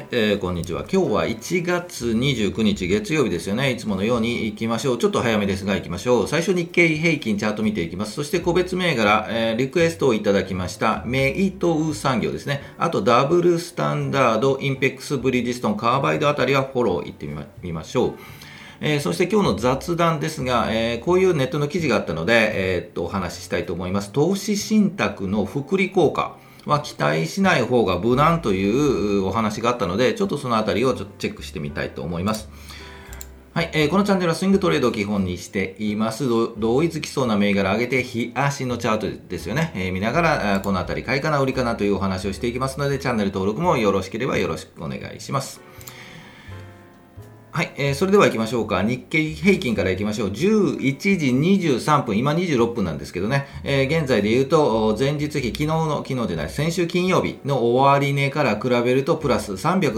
こんにちは。今日は1月29日月曜日ですよね。いつものように行きましょう。ちょっと早めですが行きましょう。最初日経平均チャート見ていきます。そして個別銘柄、リクエストをいただきましたメイトウ産業ですね。あとダブルスタンダード、インペックス、ブリヂストン、カーバイドあたりはフォロー行ってみましょう。そして今日の雑談ですが、こういうネットの記事があったので、お話ししたいと思います。投資信託の複利効果は期待しない方が無難というお話があったので、ちょっとそのあたりをちょっとチェックしてみたいと思います。はい、このチャンネルはスイングトレードを基本にしています。同意づきそうな銘柄上げて、日足のチャートですよね。見ながら、このあたり買いかな売りかなというお話をしていきますので、チャンネル登録もよろしければよろしくお願いします。はい、それでは行きましょうか。日経平均から行きましょう。11時23分、今26分なんですけどね、現在で言うと、前日比、先週金曜日の終値から比べると、プラス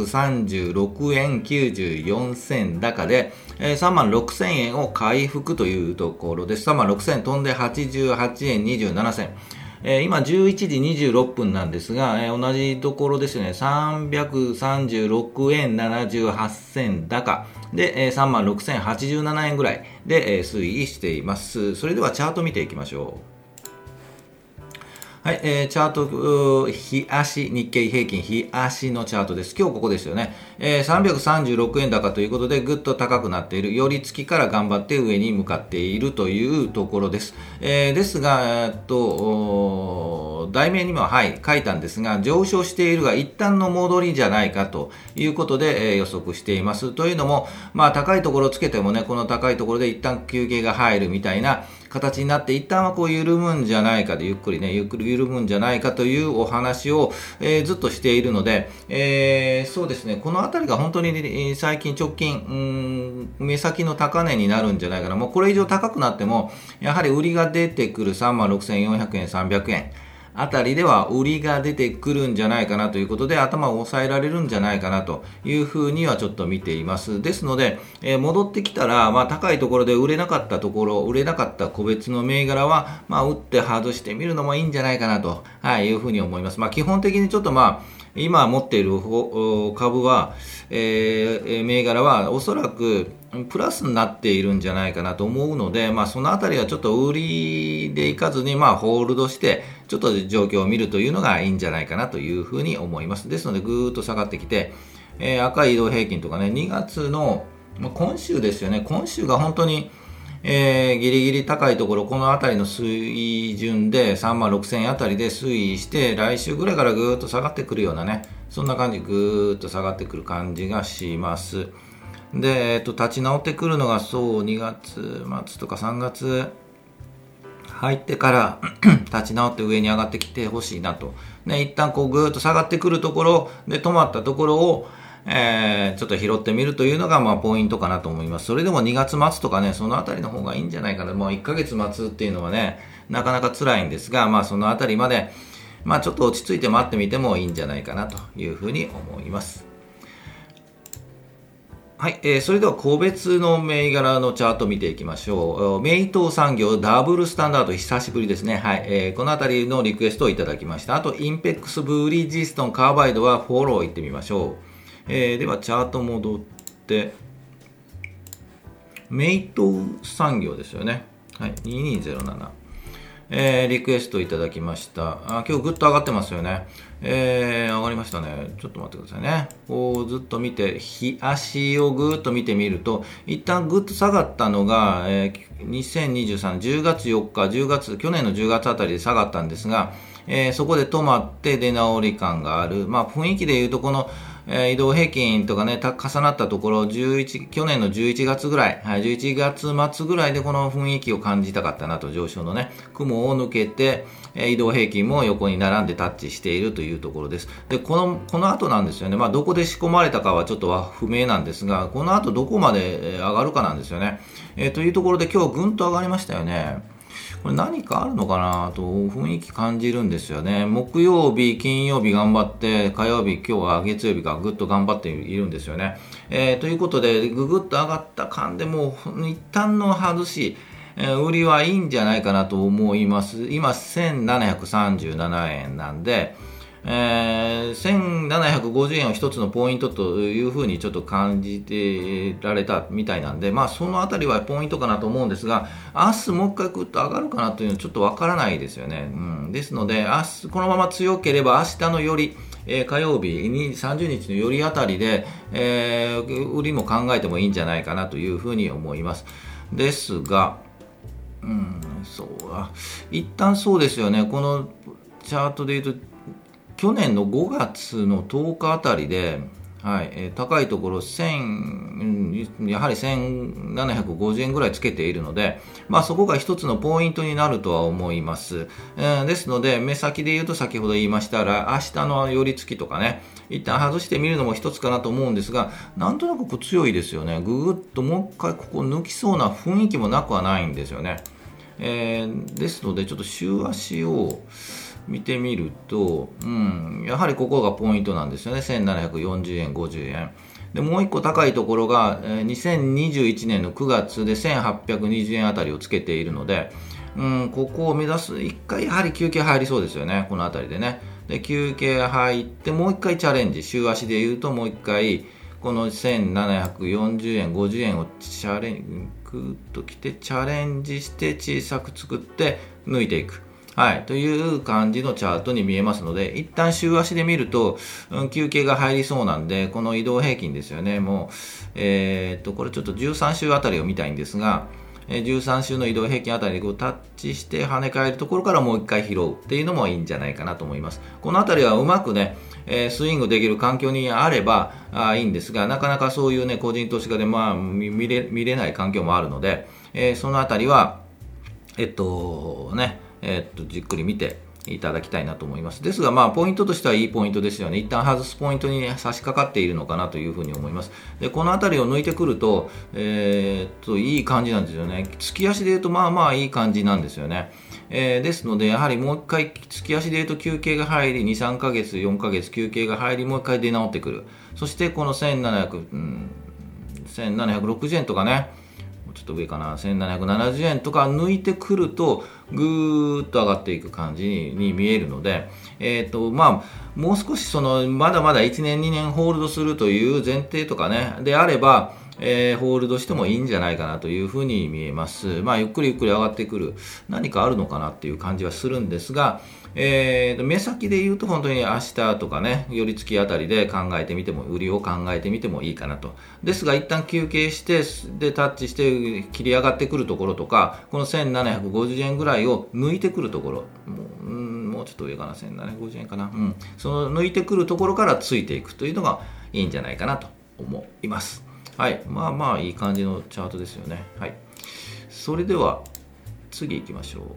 336円94銭高で、3万6000円を回復というところです。3万6000円飛んで88円27銭。今11時26分なんですが、同じところですね、336円78銭高で、3万6087円ぐらいで、推移しています。それではチャート見ていきましょう。はい、チャート、日足、日経平均、日足のチャートです。今日ここですよね。336円高ということで、ぐっと高くなっている。寄り付きから頑張って上に向かっているというところです。ですが、題名にも、書いたんですが、上昇しているが一旦の戻りじゃないかということで、予測しています。というのも、高いところをつけてもね、この高いところで一旦休憩が入るみたいな形になって、一旦はこう緩むんじゃないかで、ゆっくり緩むんじゃないかというお話を、ずっとしているので、そうですね、このあたりが本当に、最近直近、目先の高値になるんじゃないかな。もうこれ以上高くなっても、やはり売りが出てくる36,400円、300円。あたりでは売りが出てくるんじゃないかなということで、頭を抑えられるんじゃないかなというふうにはちょっと見ています。ですので、戻ってきたら、高いところで売れなかった個別の銘柄は、打って外してみるのもいいんじゃないかなと、いうふうに思います。基本的にちょっと今持っている株は、銘柄はおそらくプラスになっているんじゃないかなと思うので、そのあたりはちょっと売りでいかずに、ホールドして、ちょっと状況を見るというのがいいんじゃないかなというふうに思います。ですので、ぐーっと下がってきて、赤い移動平均とかね、2月の、今週ですよね、今週が本当に、ギリギリ高いところ、このあたりの水準で3万6000円あたりで推移して、来週ぐらいからぐーっと下がってくるようなね、そんな感じ、ぐーっと下がってくる感じがします。で、立ち直ってくるのが2月末とか3月入ってから立ち直って上に上がってきてほしいなと。ね、一旦こうぐーっと下がってくるところで止まったところを、ちょっと拾ってみるというのがポイントかなと思います。それでも2月末とかね、そのあたりの方がいいんじゃないかな。1ヶ月待つっていうのはね、なかなか辛いんですが、そのあたりまで、ちょっと落ち着いて待ってみてもいいんじゃないかなというふうに思います。はい、それでは個別の銘柄のチャートを見ていきましょう。メイトウ産業ダブルスタンダード久しぶりですね。はい、このあたりのリクエストをいただきました。あと、インペックス、ブリヂストン、カーバイドはフォローいってみましょう。では、チャート戻って、メイトウ産業ですよね。はい、2207。リクエストいただきました。今日ぐっと上がってますよね。上がりましたね。ちょっと待ってくださいね。こうずっと見て、日足をぐっと見てみると、一旦ぐっと下がったのが、2023、10月4日、去年の10月あたりで下がったんですが、そこで止まって出直り感がある。雰囲気で言うと、この、移動平均とかね、重なったところ、去年の11月ぐらい、11月末ぐらいでこの雰囲気を感じたかったなと、上昇のね、雲を抜けて、移動平均も横に並んでタッチしているというところです。で、この後なんですよね。どこで仕込まれたかはちょっとは不明なんですが、この後どこまで上がるかなんですよね。というところで今日ぐんと上がりましたよね。これ何かあるのかなと雰囲気感じるんですよね。木曜日、金曜日頑張って、火曜日、今日は月曜日かぐっと頑張っているんですよね。ということで、ぐぐっと上がった感でもう一旦の外し、売りはいいんじゃないかなと思います。今1737円なんで、 1750円を一つのポイントというふうにちょっと感じてられたみたいなんで、そのあたりはポイントかなと思うんですが、明日もう一回ぐっと上がるかなというのはちょっとわからないですよね。ですので、明日このまま強ければ明日のより、火曜日に30日のよりあたりで、売りも考えてもいいんじゃないかなというふうに思います。ですが、一旦そうですよね、このチャートでいうと、去年の5月の10日あたりで、高いところやはり1750円ぐらいつけているので、そこが一つのポイントになるとは思います。ですので、目先で言うと先ほど言いましたら、明日の寄り付きとかね、一旦外してみるのも一つかなと思うんですが、なんとなく強いですよね。ぐぐっともう一回ここ抜きそうな雰囲気もなくはないんですよね。ですので、ちょっと週足を見てみると、やはりここがポイントなんですよね。1740円、50円。で、もう一個高いところが、2021年の9月で1820円あたりをつけているので、ここを目指す、一回やはり休憩入りそうですよね。このあたりでね。で、休憩入って、もう一回チャレンジ。週足で言うともう一回、この1740円、50円をチャレンジして小さく作って抜いていく。という感じのチャートに見えますので、一旦週足で見ると、休憩が入りそうなんで、この移動平均ですよね。もう、これちょっと13週あたりを見たいんですが、13週の移動平均あたりでタッチして跳ね返るところからもう一回拾うっていうのもいいんじゃないかなと思います。このあたりはうまくね、スイングできる環境にあればいいんですが、なかなかそういうね、個人投資家で見れない環境もあるので、そのあたりは、じっくり見ていただきたいなと思います。ですが、ポイントとしてはいいポイントですよね。一旦外すポイントに差し掛かっているのかなというふうに思います。で、このあたりを抜いてくると、いい感じなんですよね。月足で言うと、いい感じなんですよね。ですので、やはりもう一回、月足で言うと休憩が入り、2、3ヶ月、4ヶ月休憩が入り、もう一回出直ってくる。そして、この1760円とかね、ちょっと上かな、1770円とか抜いてくるとぐーっと上がっていく感じに見えるので、もう少しまだまだ1年2年ホールドするという前提とかねであれば、ホールドしてもいいんじゃないかなというふうに見えます。ゆっくりゆっくり上がってくる何かあるのかなっていう感じはするんですが、目先で言うと本当に明日とかね、寄り付きあたりで考えてみても、売りを考えてみてもいいかなと。ですが、一旦休憩して、で、タッチして切り上がってくるところとか、この1750円ぐらいを抜いてくるところ、もうちょっと上かな、1750円かな。その抜いてくるところからついていくというのがいいんじゃないかなと思います。いい感じのチャートですよね。それでは、次行きましょう。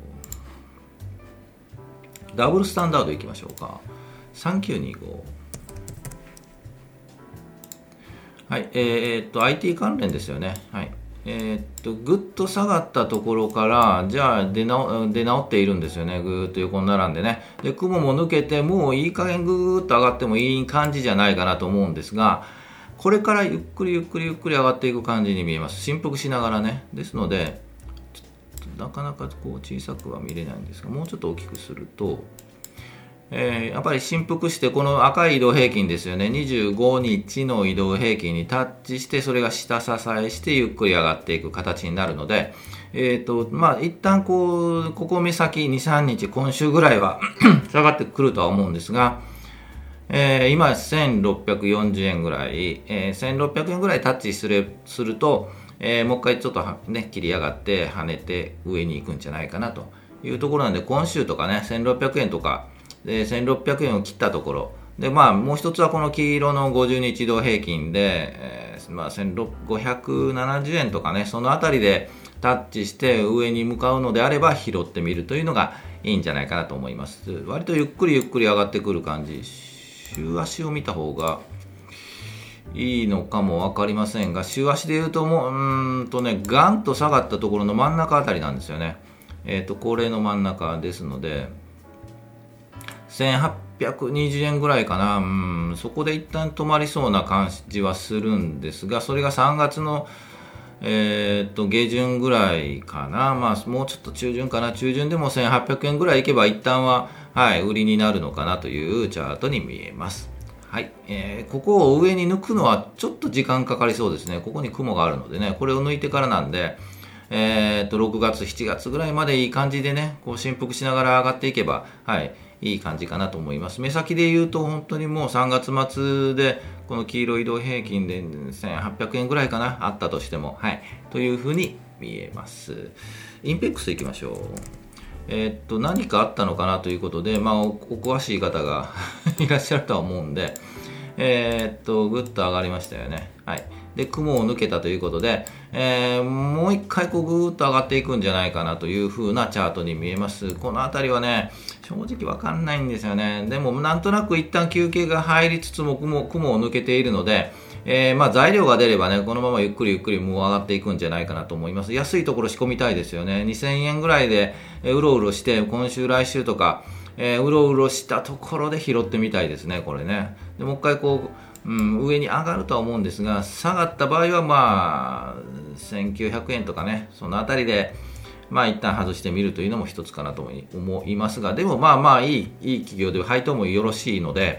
ダブルスタンダードいきましょうか。3925。IT 関連ですよね。ぐっと下がったところから、じゃあ出直っているんですよね。ぐーっと横に並んでね。で、雲も抜けて、もういい加減ぐーっと上がってもいい感じじゃないかなと思うんですが、これからゆっくりゆっくりゆっくり上がっていく感じに見えます。振幅しながらね。ですので、なかなかこう小さくは見れないんですが、もうちょっと大きくすると、やっぱり振幅して、この赤い移動平均ですよね、25日の移動平均にタッチして、それが下支えしてゆっくり上がっていく形になるので、一旦ここ目先2、3日、今週ぐらいは下がってくるとは思うんですが、今1640円ぐらい、1600円ぐらいタッチすると、もう一回ちょっとね、切り上がって跳ねて上に行くんじゃないかなというところなんで、今週とかね、1600円とか、1600円を切ったところで、もう一つはこの黄色の50日移動平均で、1570円とかね、そのあたりでタッチして上に向かうのであれば拾ってみるというのがいいんじゃないかなと思います。割とゆっくりゆっくり上がってくる感じ、週足を見た方がいいのかも分かりませんが、週足でいうとガンと下がったところの真ん中あたりなんですよね。これの真ん中ですので、1820円ぐらいかな。そこで一旦止まりそうな感じはするんですが、それが3月の下旬ぐらいかな。もうちょっと中旬かな。中旬でも1800円ぐらいいけば一旦ははい、売りになるのかなというチャートに見えます。はい、ここを上に抜くのはちょっと時間かかりそうですね。ここに雲があるのでね、これを抜いてからなんで、6月、7月ぐらいまでいい感じでね、こう振幅しながら上がっていけば、はい、いい感じかなと思います。目先で言うと、本当にもう3月末で、この黄色い移動平均で1800円ぐらいかな、あったとしても、はい、というふうに見えます。インペックスいきましょう。何かあったのかなということで、お詳しい方がいらっしゃるとは思うんで、ぐっと上がりましたよね。はい。で、雲を抜けたということで、もう一回ぐーっと上がっていくんじゃないかなという風なチャートに見えます。このあたりはね、正直わかんないんですよね。でも、なんとなく一旦休憩が入りつつも雲を抜けているので、材料が出ればね、このままゆっくりもう上がっていくんじゃないかなと思います。安いところ仕込みたいですよね。2000円ぐらいでうろうろして、今週来週とか、うろうろしたところで拾ってみたいですね、これね。でもう一回上に上がるとは思うんですが、下がった場合は1900円とかね、そのあたりで一旦外してみるというのも一つかなと思いますが、でもいい企業で配当もよろしいので、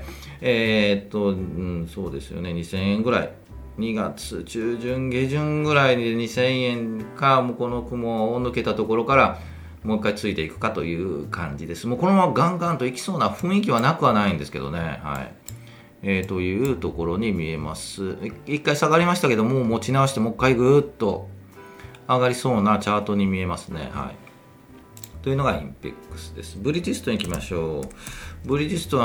そうですよね、2000円ぐらい、2月中旬下旬ぐらいで2000円か、もうこの雲を抜けたところからもう一回ついていくかという感じです。もうこのままガンガンといきそうな雰囲気はなくはないんですけどね、はい。というところに見えます。一回下がりましたけども、持ち直してもう一回ぐーっと上がりそうなチャートに見えますね。はい。というのがインペックスです。ブリヂストン行きましょう。ブリヂスト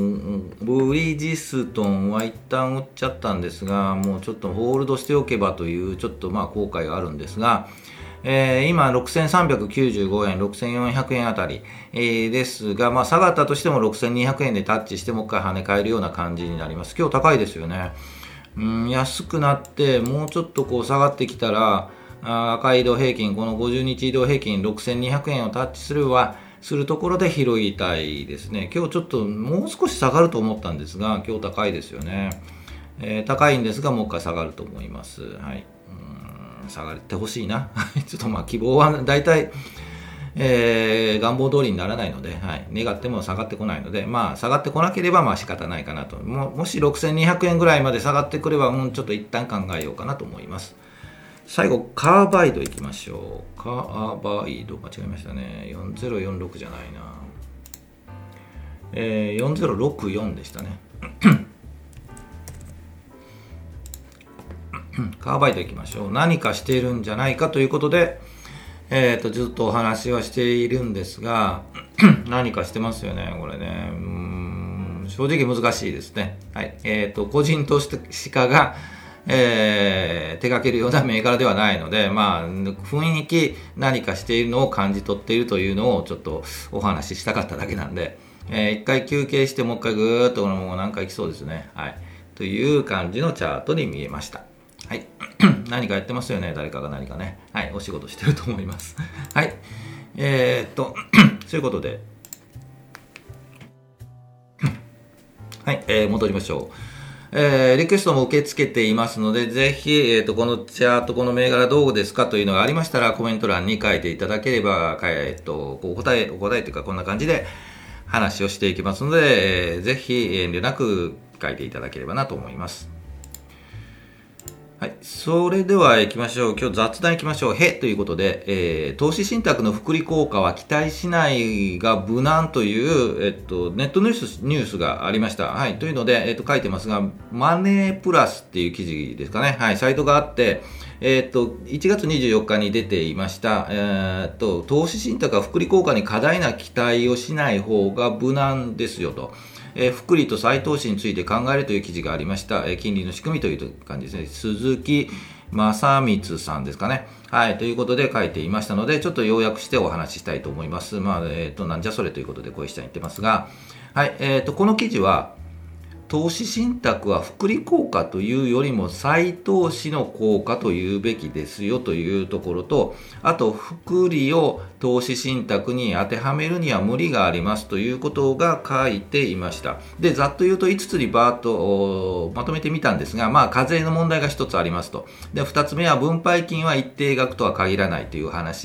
ンは一旦売っちゃったんですが、もうちょっとホールドしておけばというちょっと後悔があるんですが、今6395円、6400円あたり、ですが、下がったとしても6200円でタッチしてもう一回跳ね返るような感じになります。今日高いですよね。安くなってもうちょっと下がってきたら、赤い移動平均、この50日移動平均6200円をタッチするところで拾いたいですね。今日ちょっともう少し下がると思ったんですが、今日高いですよね。高いんですが、もう一回下がると思います。はい。下がってほしいな。ちょっと希望は大体、願望通りにならないので、はい、願っても下がってこないので、下がってこなければ仕方ないかなと。もし6200円ぐらいまで下がってくれば、ちょっと一旦考えようかなと思います。最後、カーバイドいきましょう。カーバイド、間違えましたね。4046じゃないな。4064でしたね。カーバイト行きましょう。何かしているんじゃないかということで、ずっとお話はしているんですが、何かしてますよね、これね。正直難しいですね。はい。個人投資家が、手掛けるような銘柄ではないので、雰囲気何かしているのを感じ取っているというのをちょっとお話ししたかっただけなんで、一回休憩してもう一回ぐーっともう何かいきそうですね。はい。という感じのチャートに見えました。はい。何かやってますよね、誰かが何かね。はい。お仕事してると思います。はい。そういうことで、はい。戻りましょう。リクエストも受け付けていますので、ぜひ、このチャート、この銘柄どうですかというのがありましたら、コメント欄に書いていただければ、お答えというか、こんな感じで話をしていきますので、ぜひ遠慮なく書いていただければなと思います。はい。それでは行きましょう。今日雑談行きましょう。ということで、投資信託の複利効果は期待しないが無難という、ネットニュースがありました。はい。というので、書いてますが、マネープラスっていう記事ですかね。はい。サイトがあって、1月24日に出ていました、投資信託は複利効果に過大な期待をしない方が無難ですよと。複利と再投資について考えるという記事がありました。金利の仕組みという感じですね。鈴木正光さんですかね。はい。ということで書いていましたので、ちょっと要約してお話ししたいと思います。なんじゃそれということでご一緒に言ってますが、はい。この記事は、投資信託は複利効果というよりも再投資の効果というべきですよというところと、あと複利を投資信託に当てはめるには無理がありますということが書いていました。で、ざっと言うと5つにバーッとまとめてみたんですが、課税の問題が1つありますと。で、2つ目は分配金は一定額とは限らないという話。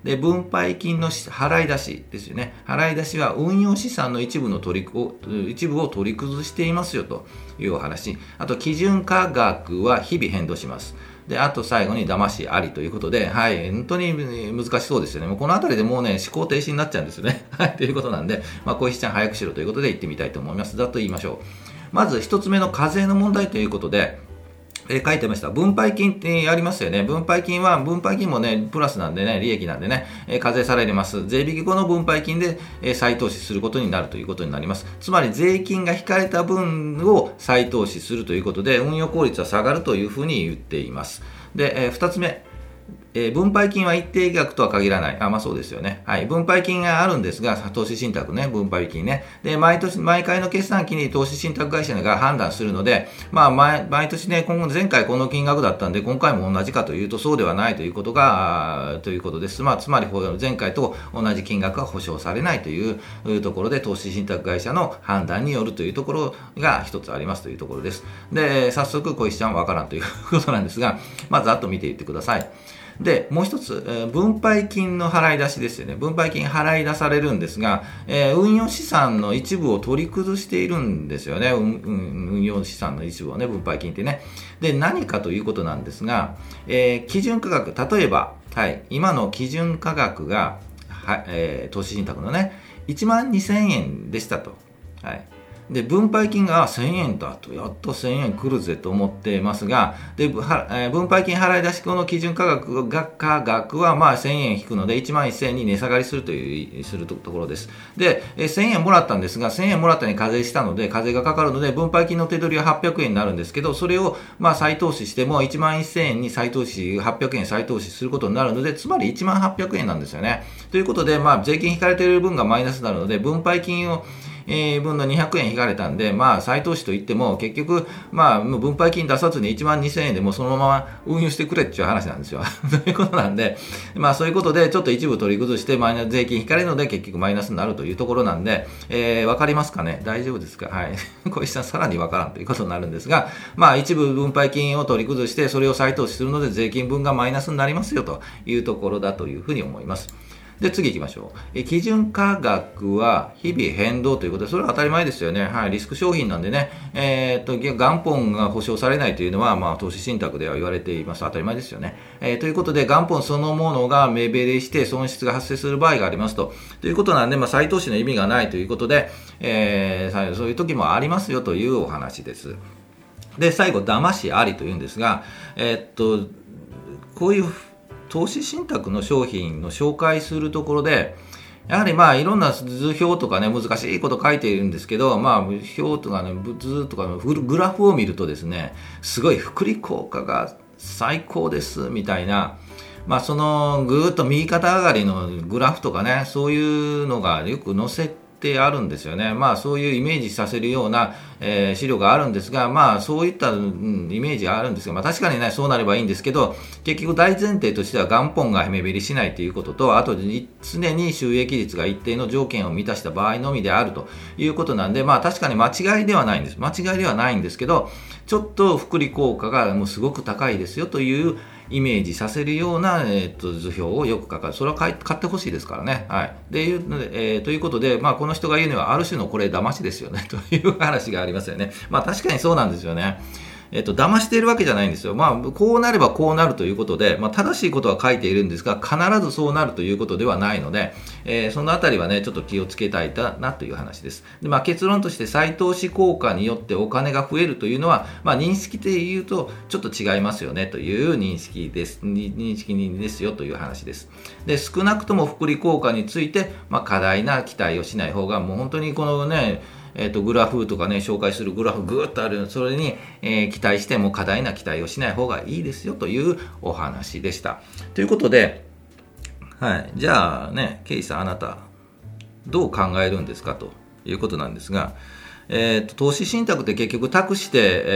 で、分配金の払い出しですよね。払い出しは運用資産の一部を取り崩していますよというお話。あと、基準価額は日々変動します。で、あと最後に騙しありということで、はい、本当に難しそうですよね。もうこのあたりでもうね、思考停止になっちゃうんですよね。はい、ということなんで、小石ちゃん早くしろということで言ってみたいと思います。ざっと言いましょう。まず一つ目の課税の問題ということで、書いてました。分配金ってありますよね。分配金もね、プラスなんでね、利益なんでね、課税されます。税引き後の分配金で、再投資することになるということになります。つまり税金が引かれた分を再投資するということで、運用効率は下がるというふうに言っています。で、2つ目。分配金は一定額とは限らない。そうですよね。はい。分配金があるんですが、投資信託ね、分配金ね。で、毎回の決算期に投資信託会社が判断するので、毎年ね、前回この金額だったんで、今回も同じかというと、そうではないということです。つまり、前回と同じ金額は保証されないというところで、投資信託会社の判断によるというところが一つありますというところです。で、早速、小石ちゃんはわからんということなんですが、ざっと見ていってください。で、もう一つ、分配金の払い出しですよね。分配金払い出されるんですが、運用資産の一部を取り崩しているんですよね。運用資産の一部をね、分配金ってね。で、何かということなんですが、基準価格、例えば、はい、今の基準価格が、投資信託のね、12,000円でしたと。はい。で、分配金が1000円だと、やっと1000円来るぜと思ってますが、で、分配金払い出し後の基準価格は1000円引くので、11,000円に値下がりするところです。で、1000円もらったんですが、1000円もらったに課税したので、課税がかかるので、分配金の手取りは800円になるんですけど、それを再投資しても11,000円に800円再投資することになるので、つまり18,000円なんですよね。ということで、税金引かれている分がマイナスになるので、分配金を分の200円引かれたんで、再投資といっても、結局、分配金出さずに12,000円でもそのまま運用してくれっていう話なんですよ。ということなんで、そういうことで、ちょっと一部取り崩して、税金引かれるので、結局マイナスになるというところなんで、わかりますかね？大丈夫ですか？はい。小石さん、さらにわからんということになるんですが、一部分配金を取り崩して、それを再投資するので、税金分がマイナスになりますよというところだというふうに思います。で、次行きましょう。基準価格は日々変動ということで、それは当たり前ですよね。はい。リスク商品なんでね、元本が保証されないというのは、投資信託では言われています。当たり前ですよね。ということで、元本そのものが目減りして損失が発生する場合がありますと。ということなんで、再投資の意味がないということで、そういう時もありますよというお話です。で、最後、騙しありというんですが、こういう投資信託の商品の紹介するところで、やはりいろんな図表とかね、難しいこと書いているんですけど、表とかね、図とかのグラフを見るとですね、すごい複利効果が最高ですみたいな、そのぐーっと右肩上がりのグラフとかね、そういうのがよく載せてあるんですよね。そういうイメージさせるような、資料があるんですが、そういった、イメージがあるんですが、確かにね、そうなればいいんですけど、結局大前提としては元本が目減りしないということと、あと常に収益率が一定の条件を満たした場合のみであるということなんで、確かに間違いではないんです。間違いではないんですけど、ちょっと複利効果がもうすごく高いですよというイメージさせるような、図表をよく書かれ、それは買ってほしいですからね。はい。ということで、この人が言うには、ある種のこれ、騙しですよね、という話がありますよね。確かにそうなんですよね。騙しているわけじゃないんですよ。こうなればこうなるということで、正しいことは書いているんですが、必ずそうなるということではないので、そのあたりはね、ちょっと気をつけたいなという話です。で、結論として再投資効果によってお金が増えるというのは、認識で言うとちょっと違いますよねという認識ですよという話です。で、少なくとも複利効果について、過大な期待をしない方が、もう本当にこのね、グラフとかね、紹介するグラフぐーっとある、それに、期待しても過大な期待をしない方がいいですよというお話でした。ということで、はい、じゃあね、ケイさん、あなたどう考えるんですかということなんですが、投資信託って結局託して、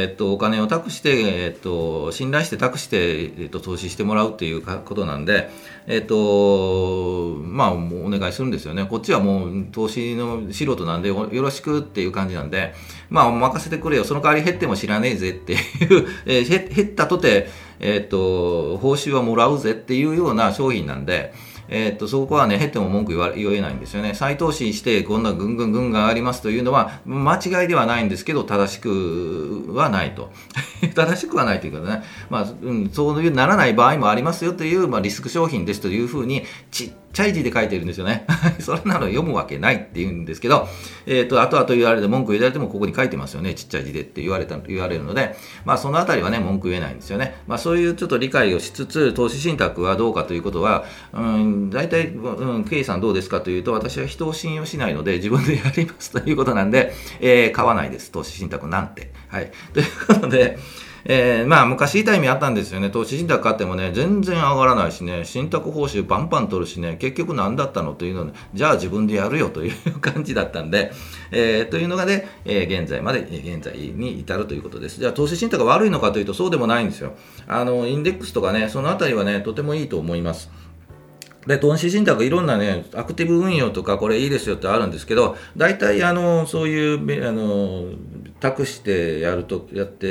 お金を託して、信頼して託して、投資してもらうっていうことなんで、もうお願いするんですよね。こっちはもう投資の素人なんでよろしくっていう感じなんで、任せてくれよ。その代わり減っても知らねえぜっていう、減ったとて、報酬はもらうぜっていうような商品なんで、 そこはね、減っても文句言えないんですよね。再投資して、こんなぐんぐん上がりますというのは、間違いではないんですけど、正しくはないと。正しくはないということね。そういうならない場合もありますよという、リスク商品ですというふうに、ちっちゃい字で書いてるんですよね。それなの読むわけないって言うんですけど、後々言われて、文句言われてもここに書いてますよね。ちっちゃい字でって言われるので、そのあたりはね、文句言えないんですよね。そういうちょっと理解をしつつ、投資信託はどうかということは、大体、ケイさんどうですかというと、私は人を信用しないので、自分でやりますということなんで、買わないです。投資信託なんて。はい。ということで、昔痛い目あったんですよね。投資信託買ってもね、全然上がらないしね、信託報酬バンバン取るしね、結局何だったのというので、じゃあ自分でやるよという感じだったんで、というのがね、現在に至るということです。じゃあ投資信託が悪いのかというと、そうでもないんですよ。インデックスとかね、そのあたりはね、とてもいいと思います。で、投資信託いろんなね、アクティブ運用とかこれいいですよってあるんですけど、大体そういう、託してやって、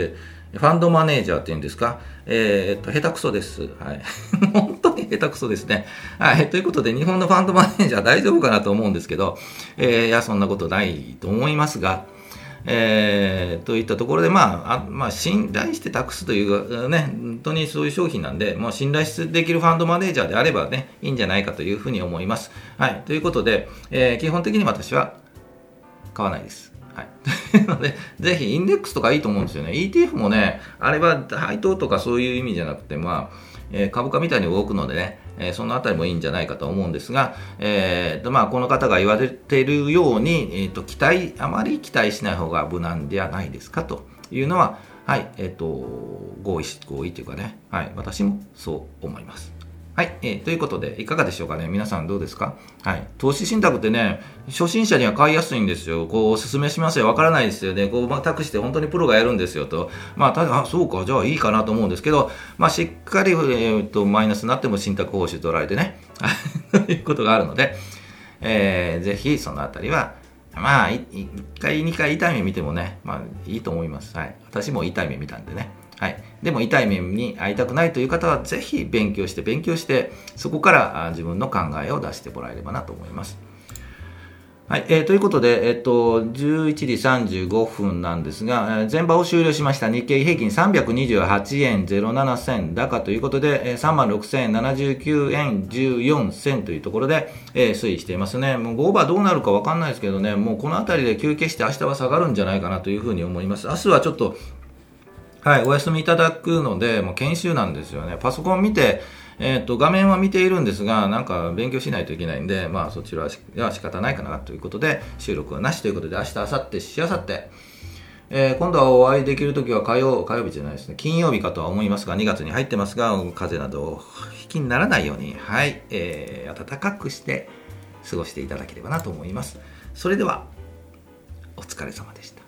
ファンドマネージャーっていうんですか、下手くそです。はい。本当に下手くそですね。はい。ということで、日本のファンドマネージャー大丈夫かなと思うんですけど、いや、そんなことないと思いますが、といったところで、信頼して託すというね、本当にそういう商品なんで、信頼できるファンドマネージャーであればね、いいんじゃないかというふうに思います。はい。ということで、基本的に私は買わないです。はい。というので、ぜひインデックスとかいいと思うんですよね。ETF もね、あれは配当とかそういう意味じゃなくて、株価みたいに動くのでね、そのあたりもいいんじゃないかと思うんですが、この方が言われているように、あまり期待しない方が無難ではないですかというのは、はい、合意というかね、はい、私もそう思います。はい、ということで、いかがでしょうかね。皆さんどうですか？はい。投資信託ってね、初心者には買いやすいんですよ。お勧めしますよ。わからないですよね。託して本当にプロがやるんですよと。そうか、じゃあいいかなと思うんですけど、しっかり、マイナスになっても信託報酬取られてね、ということがあるので、ぜひそのあたりは、1回、2回痛い目見てもね、いいと思います。はい。私も痛い目見たんでね。はい、でも痛い目に遭いたくないという方はぜひ勉強してそこから自分の考えを出してもらえればなと思います。はい、ということで、11時35分なんですが、前場を終了しました日経平均328円07銭高ということで、36,079円14銭というところで、推移していますね。もう5オーバーどうなるか分かんないですけどね、もうこのあたりで休憩して明日は下がるんじゃないかなというふうに思います。明日はちょっとはい、お休みいただくので、もう研修なんですよね。パソコン見て、画面は見ているんですが、なんか勉強しないといけないんで、そちらは仕方ないかなということで、収録はなしということで、明日、明後日、しあさって、今度はお会いできるときは火曜日じゃないですね、金曜日かとは思いますが、2月に入ってますが、風邪などを引きにならないように、はい、暖かくして過ごしていただければなと思います。それでは、お疲れ様でした。